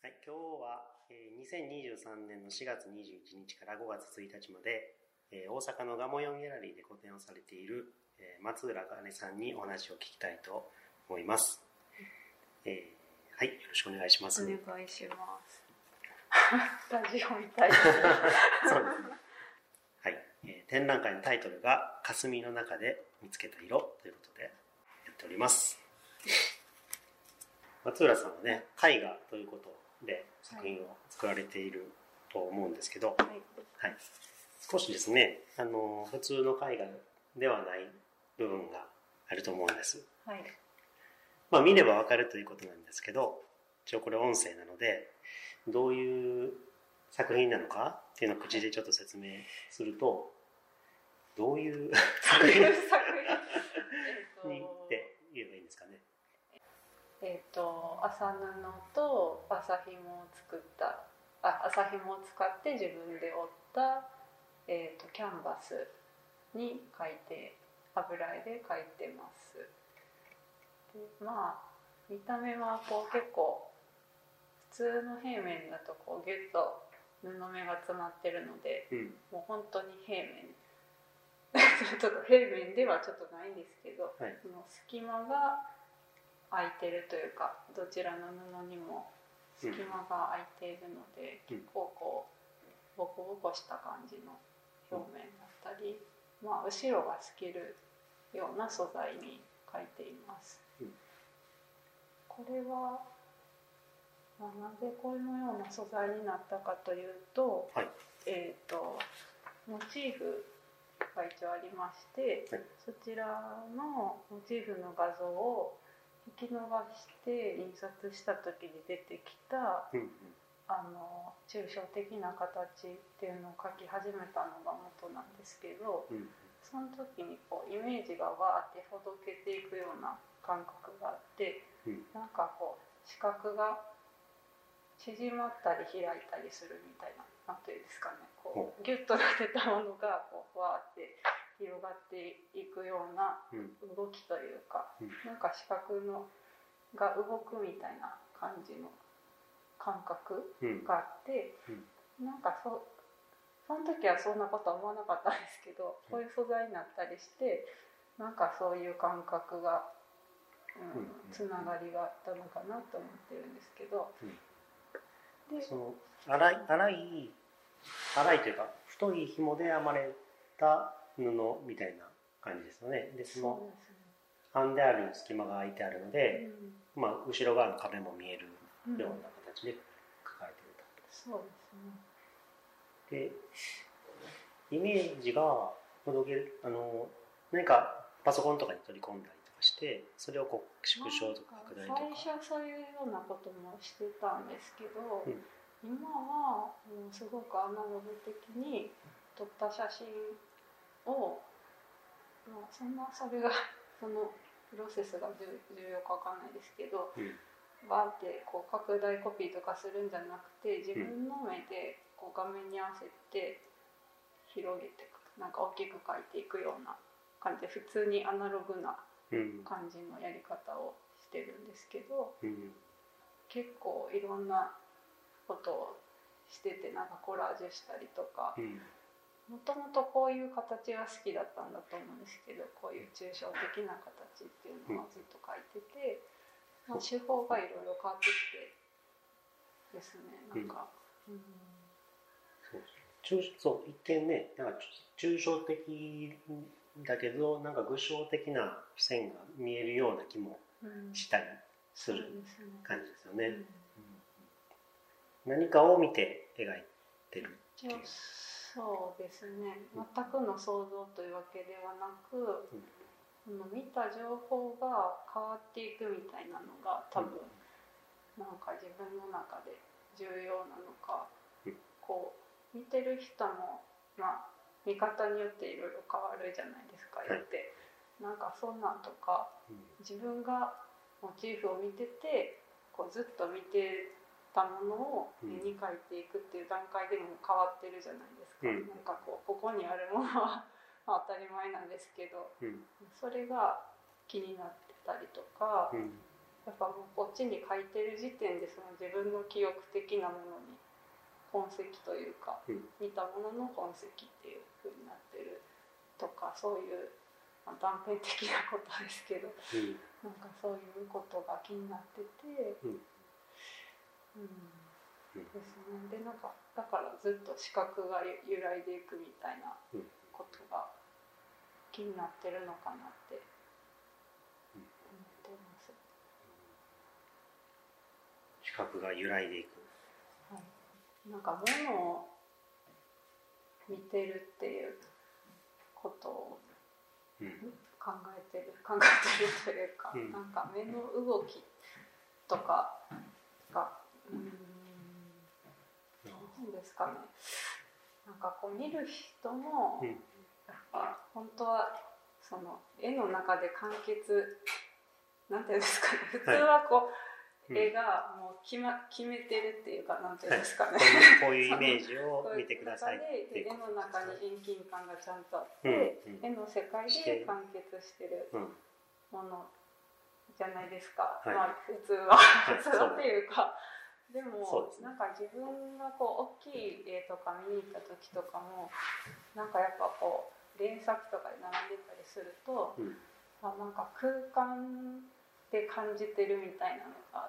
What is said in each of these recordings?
はい、今日は2023年の4月21日から5月1日まで大阪のガモヨンギャラリーで個展をされている松浦茜さんにお話を聞きたいと思います。はい、よろしくお願いします。 お願いします。ラジオみたいですね。 そうですね。はい、展覧会のタイトルが霞の中で見つけた色ということでやっております。松浦さんはね、絵画ということで作品を作られていると思うんですけど、はいはい、少しですね、普通の絵画ではない部分があると思うんです。はい、まあ見ればわかるということなんですけど、一応これ音声なのでどういう作品なのかっていうのを口でちょっと説明すると、どういう作品にって言えばいいんですかね。 麻布と麻紐を使って自分で織った、キャンバスに描いて、油絵で描いてます。で、まあ見た目はこう結構普通の平面だとこうギュッと布目が詰まってるので、もう本当に平面ちょっと平面ではちょっとないんですけど、はい、その隙間が空いてるというか、どちらの布にも隙間が空いているので、結構こうボコボコした感じの表面だったり、まあ後ろが透けるような素材に描いています。これは、なぜこのような素材になったかというと、はい、モチーフが一応ありまして、はい、そちらのモチーフの画像を引き伸ばして印刷した時に出てきた、抽象的な形っていうのを描き始めたのが元なんですけど、その時にこうイメージがわーってほどけていくような感覚があって、なんかこう視覚が縮まったり開いたりするみたいな、なんていうんですかね、こうギュッとなってたものがこうわーって広がっていくような動きというか、なんか視覚のが動くみたいな感じの感覚があって、なんかその時はそんなことは思わなかったんですけど、こういう素材になったりしてなんかそういう感覚が、つながりがあったのかなと思ってるんですけど、 でその粗いというか太い紐で編まれた布みたいな感じですよね。でその編んである隙間が空いてあるので、まあ、後ろ側の壁も見えるような形で描かれていると。 そうですね。 でイメージがほどける、何かパソコンとかに取り込んだりとかして、それをこう縮小とか拡大とか。 最初はそういうようなこともしてたんですけど、今はもうすごくアナログ的に撮った写真を、それがそのプロセスが重要かわかんないですけど、バーってこう拡大コピーとかするんじゃなくて、自分の目でこう画面に合わせて広げてなんか大きく描いていくような感じで、普通にアナログな感じのやり方をしてるんですけど、結構いろんなことをしてて、なんかコラージュしたりとか、もともとこういう形が好きだったんだと思うんですけど、こういう抽象的な形っていうのをずっと描いてて、手法がいろいろ変わってきてですね、なんか、 そう一見ね、なんか抽象的だけどなんか具象的な線が見えるような気もしたりする感じですよね。何かを見て描いてるっていう。 そうですね、全くの想像というわけではなく、見た情報が変わっていくみたいなのが多分、なんか自分の中で重要なのか、こう見てる人も見方によっていろいろ変わるじゃないですか、よって、なんかそんなんとか、自分がモチーフを見ててこうずっと見てたものを絵に描いていくっていう段階でも変わってるじゃないですか。なんかここにあるものは当たり前なんですけど、それが気になってたりとか、 やっぱもうこっちに書いてる時点でその自分の記憶的なものに痕跡というか、見たものの痕跡っていう風になってるとか、そういう、まあ、断片的なことですけど、なんかそういうことが気になってて、ですね。でなんかだからずっと視覚が揺らいでいくみたいなことが気になってるのかなって思ってます。 視覚が揺らいでいく。 はい。なんか物を見てるっていうことを考えてるというか、なんか目の動きとかがなんですかね。なんかこう見る人もやっぱ本当はその絵の中で完結なんていうんですかね。普通はこう、絵がもう決めてるっていうかなんていうんですかね。 こういうイメージを見てくださいっていう絵の中に遠近感がちゃんとあって、絵の世界で完結してるものじゃないですか。まあ普通はっていうか。でもなんか自分がこう大きい絵とか見に行った時とかもなんかやっぱこう連作とかで並んでたりすると、なんか空間で感じてるみたいなのがあって、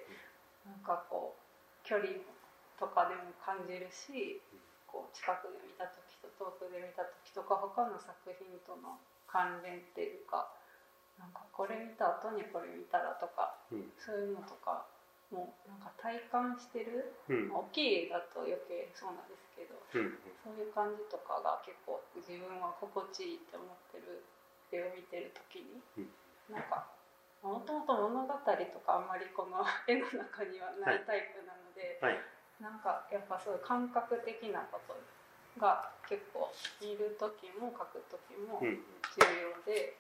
なんかこう距離とかでも感じるし、こう近くで見た時と遠くで見た時とか他の作品との関連っていうか、なんかこれ見た後にこれ見たらとか、そういうのとかもうなんか体感してる、大きい絵だと余計そうなんですけど、そういう感じとかが結構自分は心地いいって思ってる絵を見てる時に、なんかもともと物語とかあんまりこの絵の中にはないタイプなので、なんかやっぱそういう感覚的なことが結構見る時も描く時も重要で、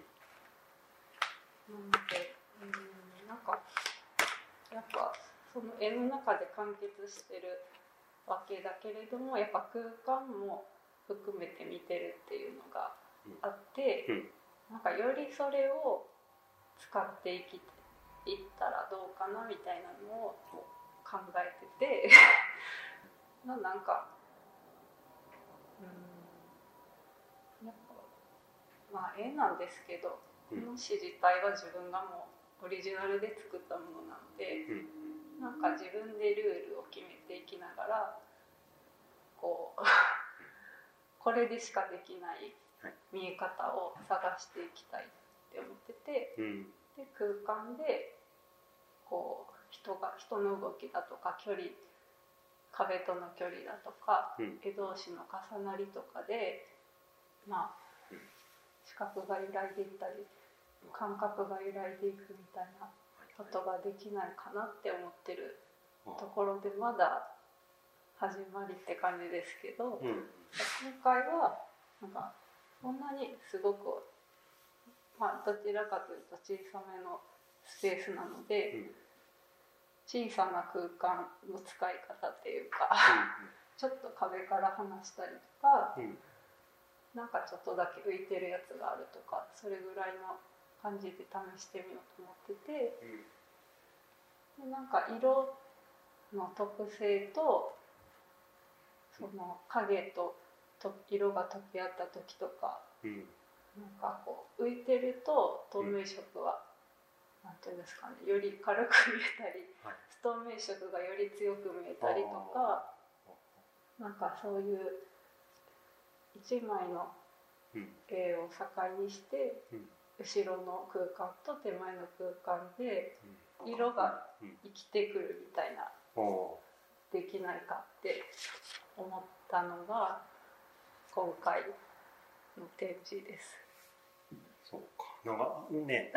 なんかやっぱその絵の中で完結してるわけだけれども、やっぱ空間も含めて見てるっていうのがあって、なんかよりそれを使っていったらどうかなみたいなのを考えててなんかやっぱまあ絵なんですけど、この詩自体は自分がもうオリジナルで作ったものなので、なんか自分でルールを決めていきながらこうこれでしかできない見え方を探していきたいって思ってて、で空間でこう人の動きだとか距離、壁との距離だとか、絵同士の重なりとかでまあ視覚が揺らいでいったり感覚が揺らいでいくみたいなことができないかなって思ってるところで、まだ始まりって感じですけど、今回はなんかそんなにすごく、まあ、どちらかというと小さめのスペースなので、小さな空間の使い方っていうかちょっと壁から離したりとか、なんかちょっとだけ浮いてるやつがあるとか、それぐらいの感じで試してみようと思ってて、でなんか色の特性とその影と色が溶け合った時とか、なんかこう浮いてると透明色は、なんていうんですかね、より軽く見えたり、不透明色がより強く見えたりとか、なんかそういう一枚の絵を境にして、後ろの空間と手前の空間で色が生きてくるみたいな、できないかって思ったのが今回の展示です。 そうか、なんかね、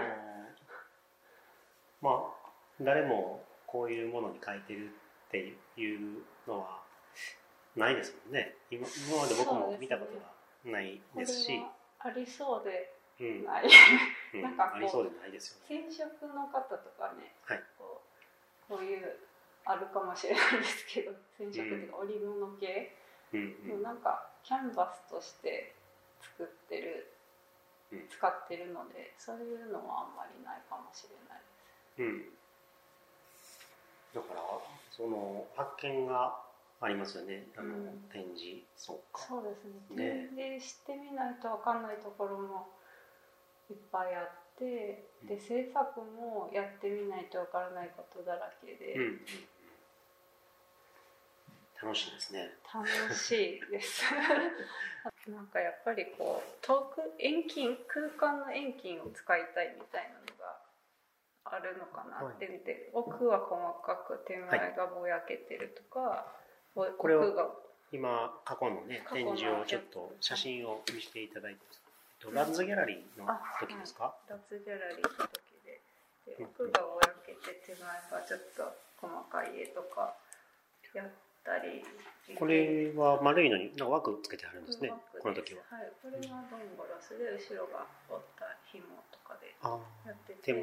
まあ誰もこういうものに描いてるっていうのはないですもんね。今まで僕も見たことがないですし、 ありそうでない、なんかこう、 ありそうでないですよね。染色の方とかね、こういうあるかもしれないですけど、染色っていうか織物系のなんかキャンバスとして作ってる、使ってるので、そういうのはあんまりないかもしれないです。 うん、だからその発見がありますよね、展示。 そうですね。展示してみないと分かんないところもいっぱいあって、で制作もやってみないと分からないことだらけで、 楽しいですね。 楽しいですなんかやっぱりこう遠近空間の遠近を使いたいみたいなのがあるのかなって、で奥は細かく手前がぼやけてるとか、 これを今過去のね展示をちょっと写真を見せていただいて、ラッツギャラリーの時ですか？ ラッツギャラリーの時で、奥がぼやけて手前がちょっと細かい絵とかやったり。 これは丸いのになんか枠つけてあるんですね、この時は。 はい、これはドンゴロスで後ろが折った紐とかでやってて、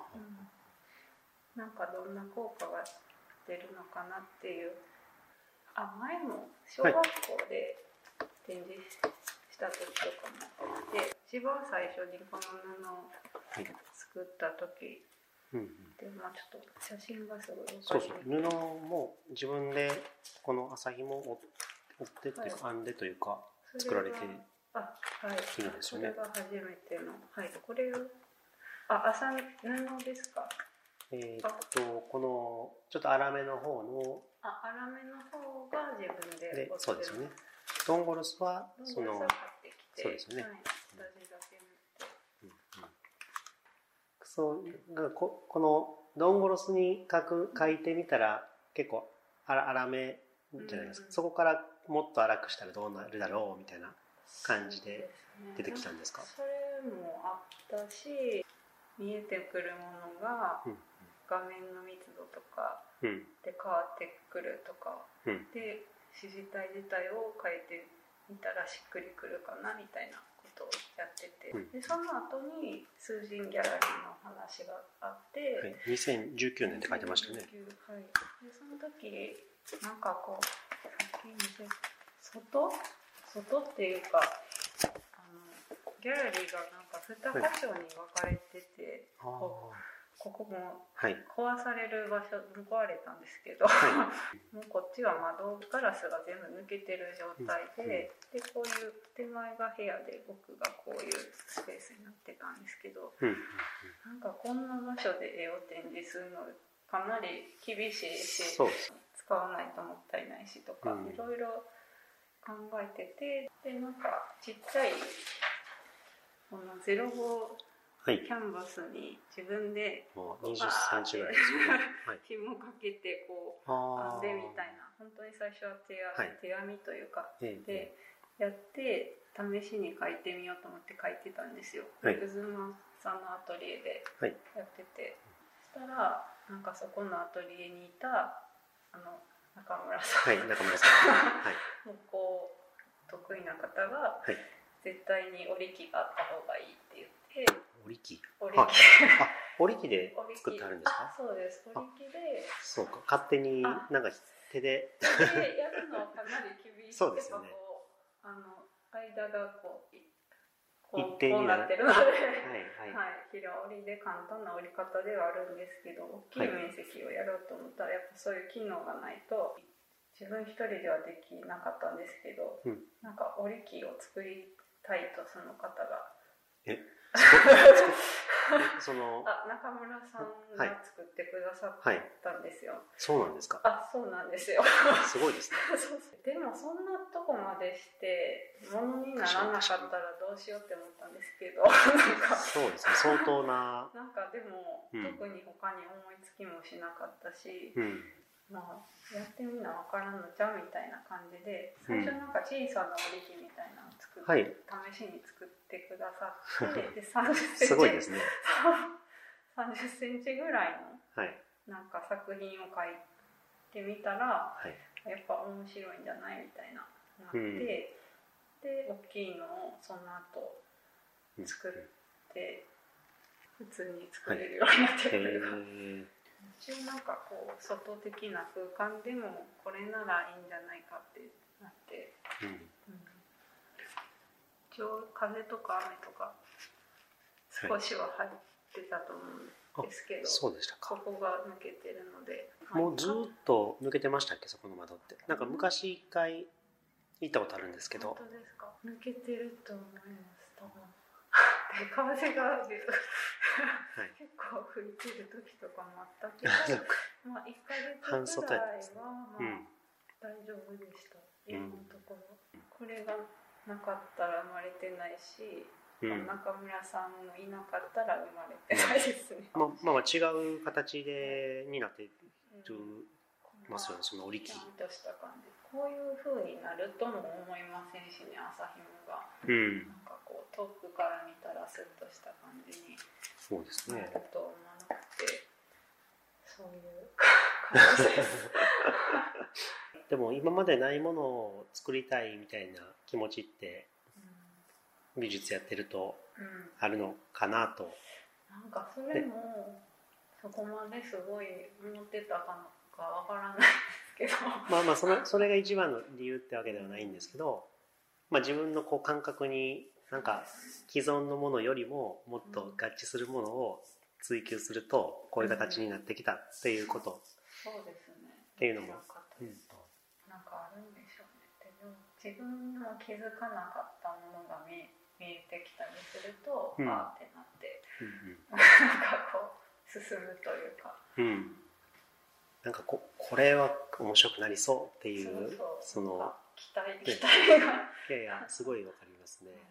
なんかどんな効果が出るのかなっていう。前も小学校で展示した時とかもあって、一番最初にこの布を作った時で、ちょっと写真がすごいおかしい。 そうそう、布も自分でこの麻紐を折ってっていうか、編んでというか作られているんですよね。 これが初めての、これを麻布ですか？ このちょっと粗めの方の粗めの方が自分で折ってる。 そうですよね。ドンゴロスはそのそうですよね。このドンゴロスに書いてみたら結構粗めじゃないですか。そこからもっと粗くしたらどうなるだろうみたいな感じで出てきたんですか？ それもあったし、見えてくるものが画面の密度とかで変わってくるとか、で指示体自体を変えてみたらしっくりくるかなみたいなことをやってて、でその後に数人ギャラリーの話があって、 2019年って書いてましたね。 でその時なんかこう外っていうかギャラリーがなんか2箇所に分かれてて、ここも壊される場所も壊れたんですけど、もうこっちは窓ガラスが全部抜けてる状態で、こういう手前が部屋で奥がこういうスペースになってたんですけど、なんかこんな場所で絵を展示するのかなり厳しいし、使わないともったいないしとか、いろいろ考えてて、でなんかちっちゃいこの05キャンバスに自分で 20センチぐらいですね。 紐かけてこう編んでみたいな、本当に最初は手編みというかでやって試しに描いてみようと思って描いてたんですよ。うずまさんのアトリエでやってて、そしたらなんかそこのアトリエにいた中村さん、もうこう得意な方が絶対に織り機があった方がいいって言って。 織り機で作ってあるんですか？ そうです、織り機で。 そうか、勝手になんか手でやるのはかなり厳しい。 そうですよね。 間がこう一定になってるので、平織りで簡単な織り方ではあるんですけど、大きい面積をやろうと思ったらやっぱそういう機能がないと自分一人ではできなかったんですけど、なんか織り機を作りたいとその方が。中村さんが作ってくださったんですよ。 そうなんですか？ そうなんですよ。 すごいですね。 でもそんなとこまでして物にならなかったらどうしようって思ったんですけど、 そうですね、相当な。 なんかでも、特に他に思いつきもしなかったし、やってみな分からんのちゃうみたいな感じで、最初なんか小さな織り機みたいなのを作って、試しに作ってくださってで30センチすごいですね。 30センチぐらいのなんか作品を描いてみたら、やっぱ面白いんじゃないみたいなって、で大きいのをその後作って普通に作れるようになってくる。一応なんかこう外的な空間でもこれならいいんじゃないかってなって、一応風とか雨とか少しは入ってたと思う。 ですけど、 そうでしたか。 ここが抜けてるので、 もうずっと抜けてましたっけ、そこの窓って。なんか昔一回行ったことあるんですけど。 本当ですか。抜けてると思います多分。で風が結構吹いてる時とかもあったけど、まあ1ヶ月ぐらいはまあ大丈夫でした。今のところ、これがなかったら生まれてないし、中村さんのいなかったら生まれてないですね。 まあ違う形でになってるますよね、その織り機。 ちゃんとした感じ。こういう風になるとも思いませんしね、朝ひもが。なんかこう遠くから見たらスッとした感じにそうですね。 なると思わなくて、そういう感じです。 でも今までないものを作りたいみたいな気持ちって、美術やってるとあるのかなと。 なんかそれもそこまですごい思ってたかわからないですけど、 まあそれが一番の理由ってわけではないんですけど、自分のこう感覚になんか既存のものよりももっと合致するものを追求するとこういう形になってきたっていうこと、 そうですね、 っていうのも、 なんかあるんでしょうね。でも自分も気づかなかったものが見えてきたりすると、あーってなって、なんかこう進むというか、 なんかこれは面白くなりそうっていう、その期待がいやすごいわかりますね。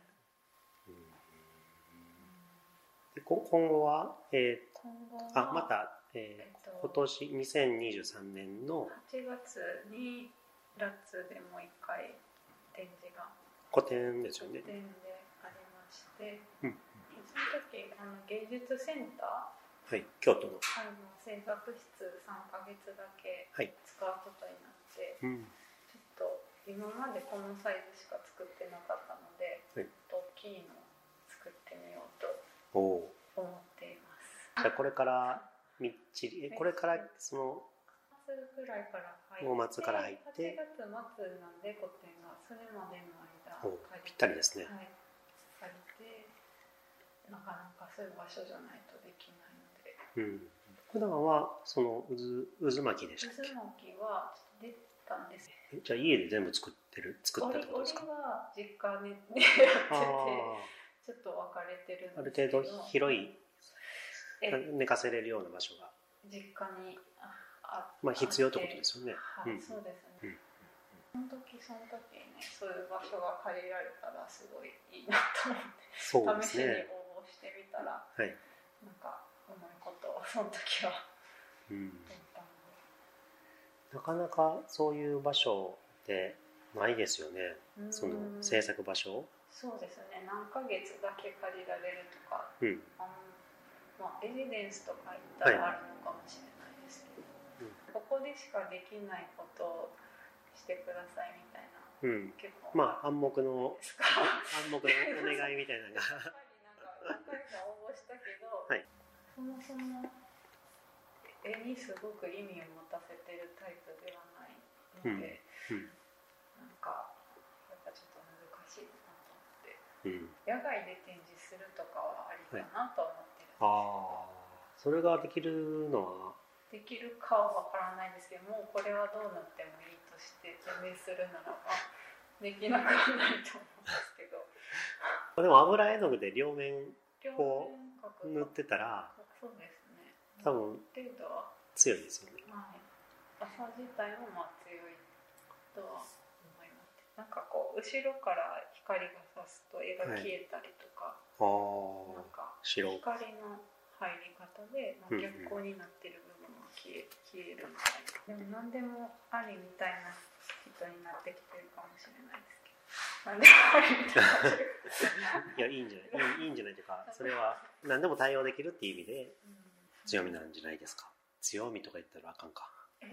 で今後はまた今年2023年の 8月にラッツでもう一回展示が個展ですよね。 個展でありまして、その時芸術センター、 京都の制作室3ヶ月だけ使うことになって、ちょっと今までこのサイズしか作ってなかったので、大きいのを作ってみようと思っています。 じゃあこれからみっちり、これからその末ぐらいから入って、8月末なんで個展が、それまでの間ぴったりですね。 借りて、なかなかそういう場所じゃないとできないので。 普段はその渦巻きでしたっけ？ 渦巻きは出たんです。 じゃあ家で全部作ったってことですか？ 折は実家でやってて、ちょっと分かれてるんですけど、 ある程度広い寝かせれるような場所が実家に必要ってことですよね。 そうですね。その時ね、そういう場所が借りられたらすごいいいなと思って、試しに応募してみたら、なんかうまいことをその時は思ったので、 なかなかそういう場所ってないですよね。その制作場所。 そうですね。何ヶ月だけ借りられるとか、レジデンスとか行ったらあるのかもしれないですけど、ここでしかできないことをしてくださいみたいな、結構暗黙のお願いみたいなのが何回か応募したけど、そもそも絵にすごく意味を持たせてるタイプではないので、なんかやっぱちょっと難しいなと思って、野外で展示するとかはありかなと思ってるんですけど、 それができるのはできるかはわからないですけど、もうこれはどうなってもいいとして展示するならばできなくはないと思うんですけどでも油絵の具で両面こう塗ってたら、 そうですね、 多分程度は強いですよね。 朝自体も強いとは思います。なんかこう後ろから光が差すと絵が消えたりとか、なんか光の入り方で、逆光になってる部分が消えるみたいな。でも何でもありみたいな人になってきてるかもしれないですけど、何でもありみたいな。 いや、いいんじゃないというか、それは何でも対応できるっていう意味で強みなんじゃないですか。強みとか言ったらあかんか。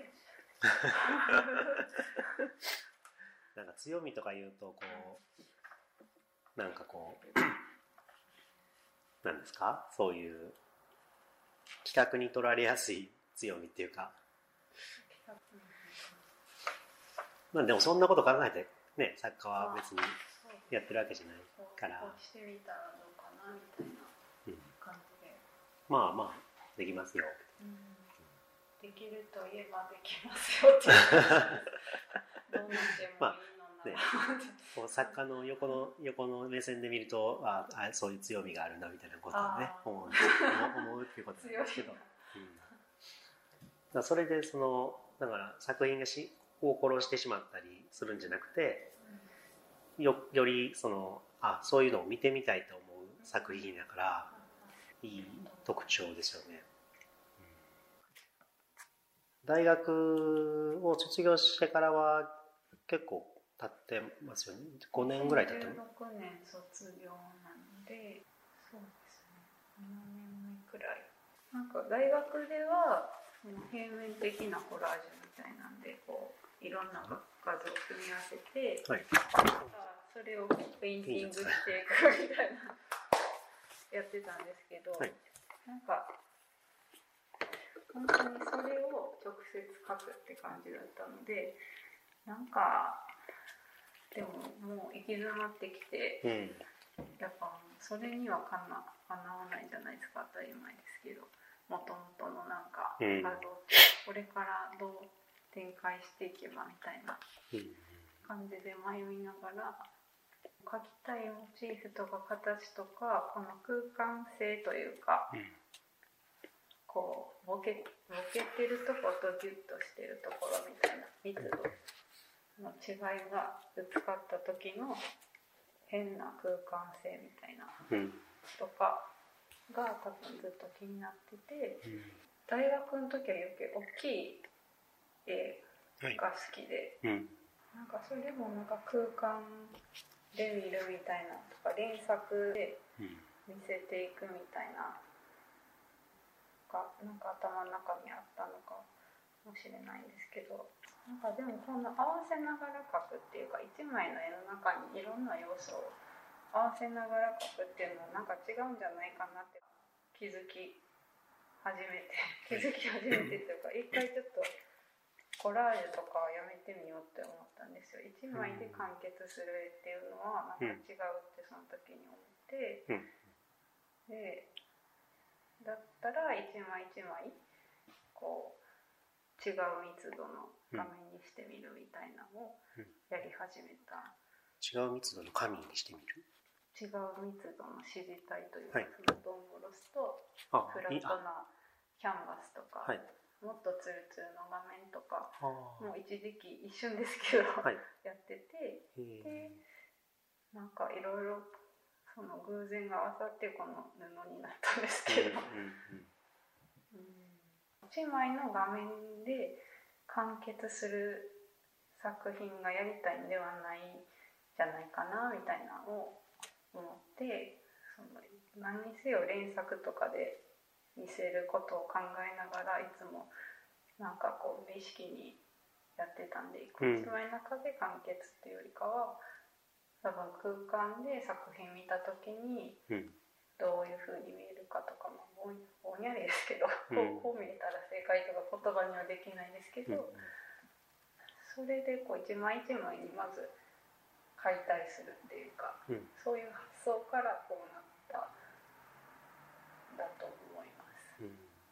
なんか強みとか言うとなんかなんですか、そういう企画に取られやすい強みっていうか、でもそんなこと考えてね、作家は別にやってるわけじゃないから、 してみたらどうかなみたいな感じで、 できますよ、 できるといえばできますよってどんな字もいいのなら、 作家の横の目線で見るとそういう強みがあるなみたいなことをね思うっていうことなんですけど、それでだから作品を殺してしまったりするんじゃなくて、よりそういうのを見てみたいと思う作品だからいい特徴ですよね。大学を卒業してからは結構経ってますよね。5年ぐらい経ってます。 16年卒業なので、そうですね、7年目くらい。なんか大学では平面的なコラージュみたいなんでいろんな画像を組み合わせて、それをペインティングしていくみたいなやってたんですけど、なんか本当にそれを直接書くって感じだったので、なんかでももう行き詰まってきて、やっぱそれにはかなわないじゃないですか、当たり前ですけど、もともとのなんか画像ってこれからどう展開していけばみたいな感じで迷いながら、描きたいモチーフとか形とかこの空間性というか、ボケてるところとギュッとしてるところみたいな密度の違いがぶつかった時の変な空間性みたいなとかが多分ずっと気になってて、大学の時は余計大きい絵が好きで、なんかそれもなんか空間で見るみたいなとか連作で見せていくみたいななんか頭の中にあったのかもしれないんですけど、なんかでもこの合わせながら描くっていうか、一枚の絵の中にいろんな要素を合わせながら描くっていうのはなんか違うんじゃないかなって気づき始めてっていうか、一回ちょっとコラージュとかをやめてみようって思ったんですよ。一枚で完結する絵っていうのはなんか違うってその時に思って、でだったら一枚一枚違う密度の画面にしてみるみたいなのをやり始めた。 違う密度の紙にしてみる、 違う密度の指示体というか、そのドンボロスとフラットなキャンバスとか、もっとツルツルの画面とかもう一時期一瞬ですけどやってて、でなんかいろいろその偶然が合わさってこの布になったんですけど、一枚の画面で完結する作品がやりたいんではないじゃないかなみたいなのを思って、何にせよ連作とかで見せることを考えながらいつもなんか無意識にやってたんで、一枚の中で完結っていうよりかは多分空間で作品見た時にどういう風に見えるかとかもぼんやりですけど、こう見えたら正解とか言葉にはできないんですけど、それで一枚一枚にまず解体するっていうか、そういう発想からこうなっただと思います。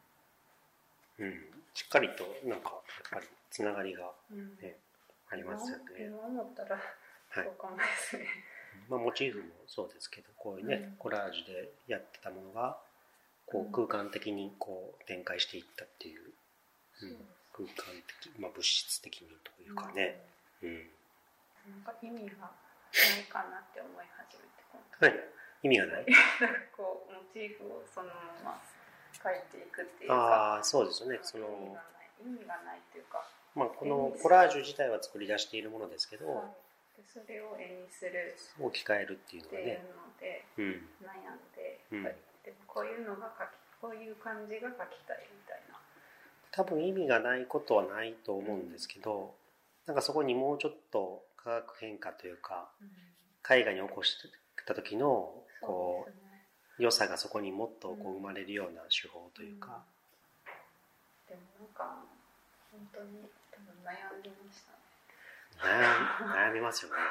しっかりとなんかやっぱりつながりが、ありますよね。 今思ったらそうかもですね。 モチーフもそうですけど、こういうね、コラージュでやってたものが空間的に展開していったっていう、空間的、物質的にというかね、 なんか意味がないかなって思い始めて、今度意味がないモチーフをそのまま描いていくっていうか、 そうですよね、 意味がないっていうか、 このコラージュ自体は作り出しているものですけど、 それを絵にする置き換えるっていうのがね、 悩んで、でもこういうのがこういう感じが描きたいみたいな。 多分意味がないことはないと思うんですけど、なんかそこにもうちょっと化学変化というか、絵画に起こした時の良さがそこにもっと生まれるような手法というか、 でもなんか本当に多分悩んでましたね。 悩みますよね。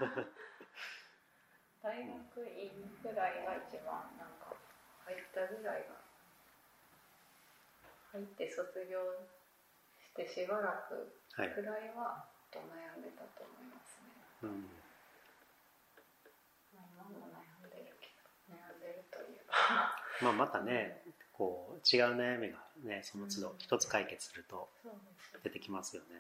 大学院くらいが一番なんか入ったぐらいが入って卒業してしばらくくらいは悩んでたと思いますね。今も悩んでるけど、悩んでるといえばまたね、こう違う悩みがね、その都度一つ解決すると出てきますよね。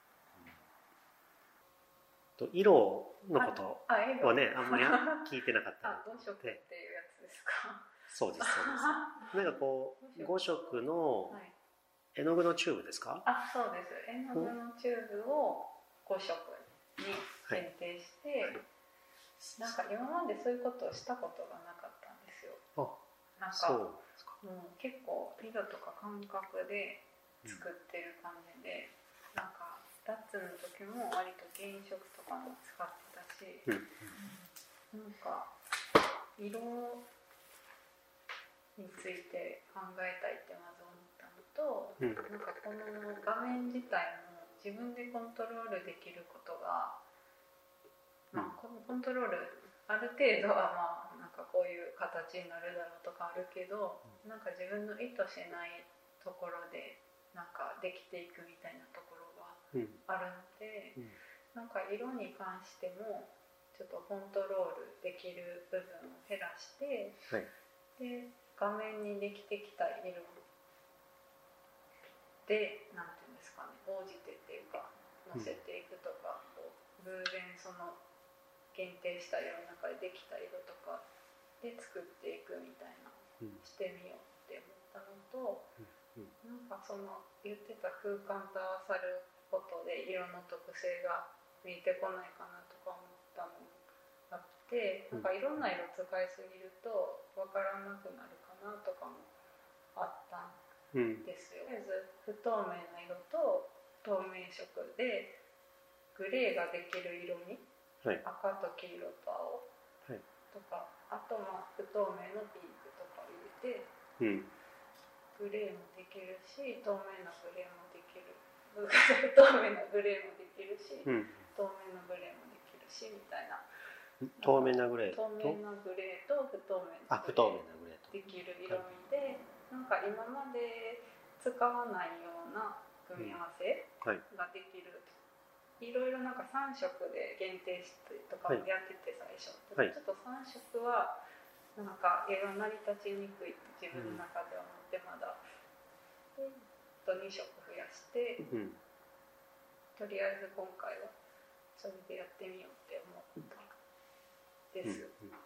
色のことはね、あんまり聞いてなかった 5色っていうやつですか。 そうですそうです。なんかこう5色の絵の具のチューブですか？ そうです。絵の具のチューブを5色に限定して、なんか今までそういうことをしたことがなかったんですよ。なんか結構色とか感覚で作ってる感じで、なんかダッツの時も割と原色とかも使ってたし、なんか色について考えたいってまず思ったのと、なんかこの画面自体も自分でコントロールできることが、コントロールある程度はなんかこういう形になるだろうとかあるけど、なんか自分の意図しないところでなんかできていくみたいなところがあるので、なんか色に関してもちょっとコントロールできる部分を減らして、で画面にできてきた色でなんていうんですかね、応じてっていうか乗せていくとか、偶然その限定した色の中でできた色とかで作っていくみたいなしてみようって思ったのと、なんかその言ってた空間と合わさることで色の特性が見えてこないかなとか思ったのがあって、なんかいろんな色使いすぎると分からなくなるかなとかもあったんですよ。とりあえず不透明な色と透明色でグレーができる色に、赤と黄色と青とか、あと不透明のピンクとかを入れて、グレーもできるし透明なグレーもできる、不透明なグレーもできるし、透明なグレーもできるしみたいな。 透明なグレーと不透明なグレーとできる色味で、なんか今まで使わないような組み合わせができる。いろいろなんか3色で限定してとかもやってて最初、ちょっと3色はなんか色成り立ちにくいって自分の中では思って、まだで2色増やして、とりあえず今回はそれでやってみようって思ったんです。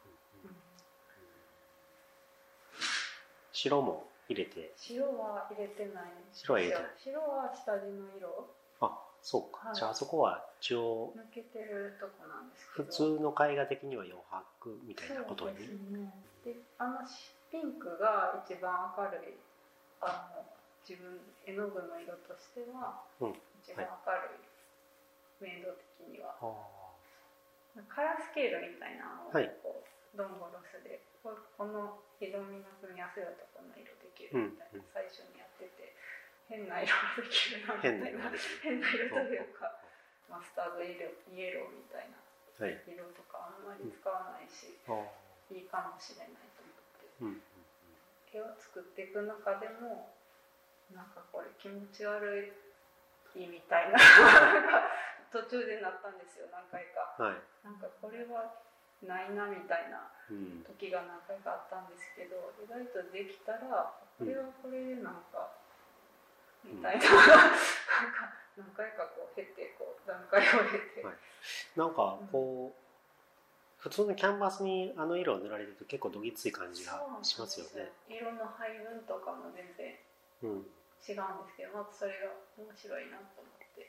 白も入れて？ 白は入れてない。 白は下地の色。 そうか、じゃああそこは一応抜けてるとこなんですけど、 普通の絵画的には余白みたいなことに。 で、ピンクが一番明るい、自分絵の具の色としては一番明るい、明度的には。カラースケールみたいなのをこうドンゴロスでこの色味の組み合わせだとこんな色できるみたいな、最初にやってて。変な色ができるなみたいな、変な色というかマスタードイエローみたいな色とかあんまり使わないし、いいかもしれないと思って、絵を作っていく中でもなんかこれ気持ち悪いみたいな途中でなったんですよ、何回か。なんかこれはないなみたいな時が何回かあったんですけど、意外とできたらこれはこれでなんかみたいな、何回かこう経て段階を経て、 なんかこう普通のキャンバスにあの色を塗られると結構どぎつい感じがしますよね。 色の配分とかも全然違うんですけど、まずそれが面白いなと思って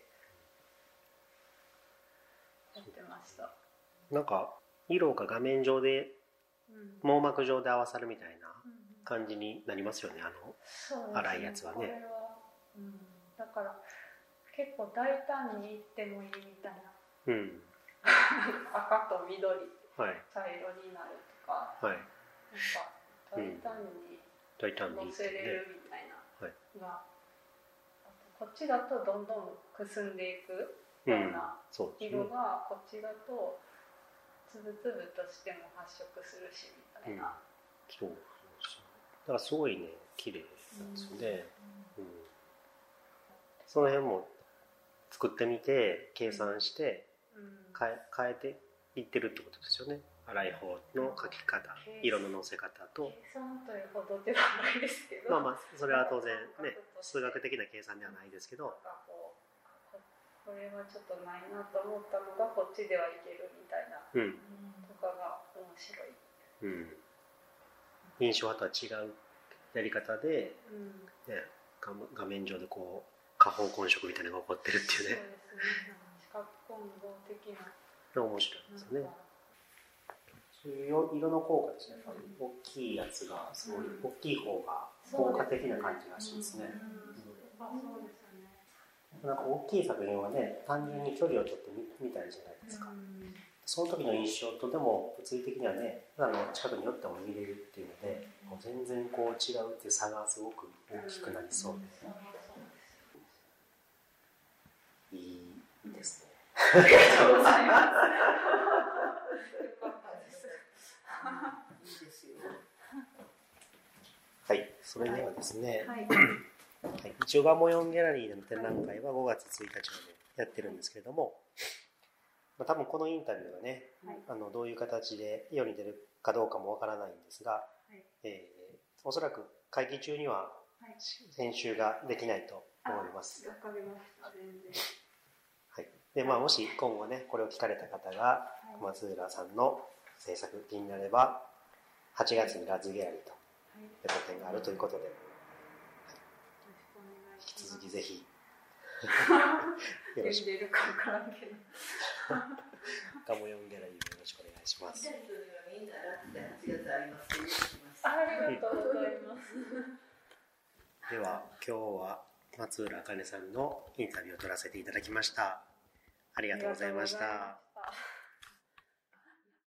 やってました。 なんか色が画面上で網膜上で合わさるみたいな感じになりますよね、粗いやつはね。 だから結構大胆にいってもいいみたいな、赤と緑、茶色になるとか、なんか大胆に乗せれるみたいなが、こっちだとどんどんくすんでいくような色が、こっちだとつぶつぶとしても発色するしみたいな。 だからすごいね綺麗なんですよね。 その辺も作ってみて計算して変えていってるってことですよね。粗い方の描き方、色ののせ方と。 計算というほどではないですけど、 まあまあそれは当然ね、数学的な計算ではないですけど、 これはちょっとないなと思ったのがこっちではいけるみたいな、とかが面白い。 印象とは違うやり方で、ね、画面上でこう下方根色みたいなのが起こってるっていうね。 そうですね。視覚混合的な。 面白いですよね。そういう色の効果ですね。大きいやつがすごい、大きい方が効果的な感じがしますね。 そうですね。 なんか大きい作品はね、単純に距離を取ってみたいじゃないですか。その時の印象とでも物理的にはね、近くに寄っても見れるっていうので、もう全然こう違うっていう差がすごく大きくなりそうで、いいですね。 ありがとうございます。 はい、それではですね、 はい、 一応ガモヨンギャラリーでの展覧会は5月1日までやってるんですけれども、多分このインタビューがね、どういう形で世に出るかどうかもわからないんですが、おそらく会期中には編集ができないと思います。 わかりました、全然。 はい、でもし今後ねこれを聞かれた方が松浦さんの制作気になれば8月にラズギャラリーという個展があるということで、引き続きぜひよろしく。ガモヨンギャラリーでよろしくお願いします。 ありがとうございます。 では今日は松浦茜さんのインタビューを取らせていただきました。ありがとうございました。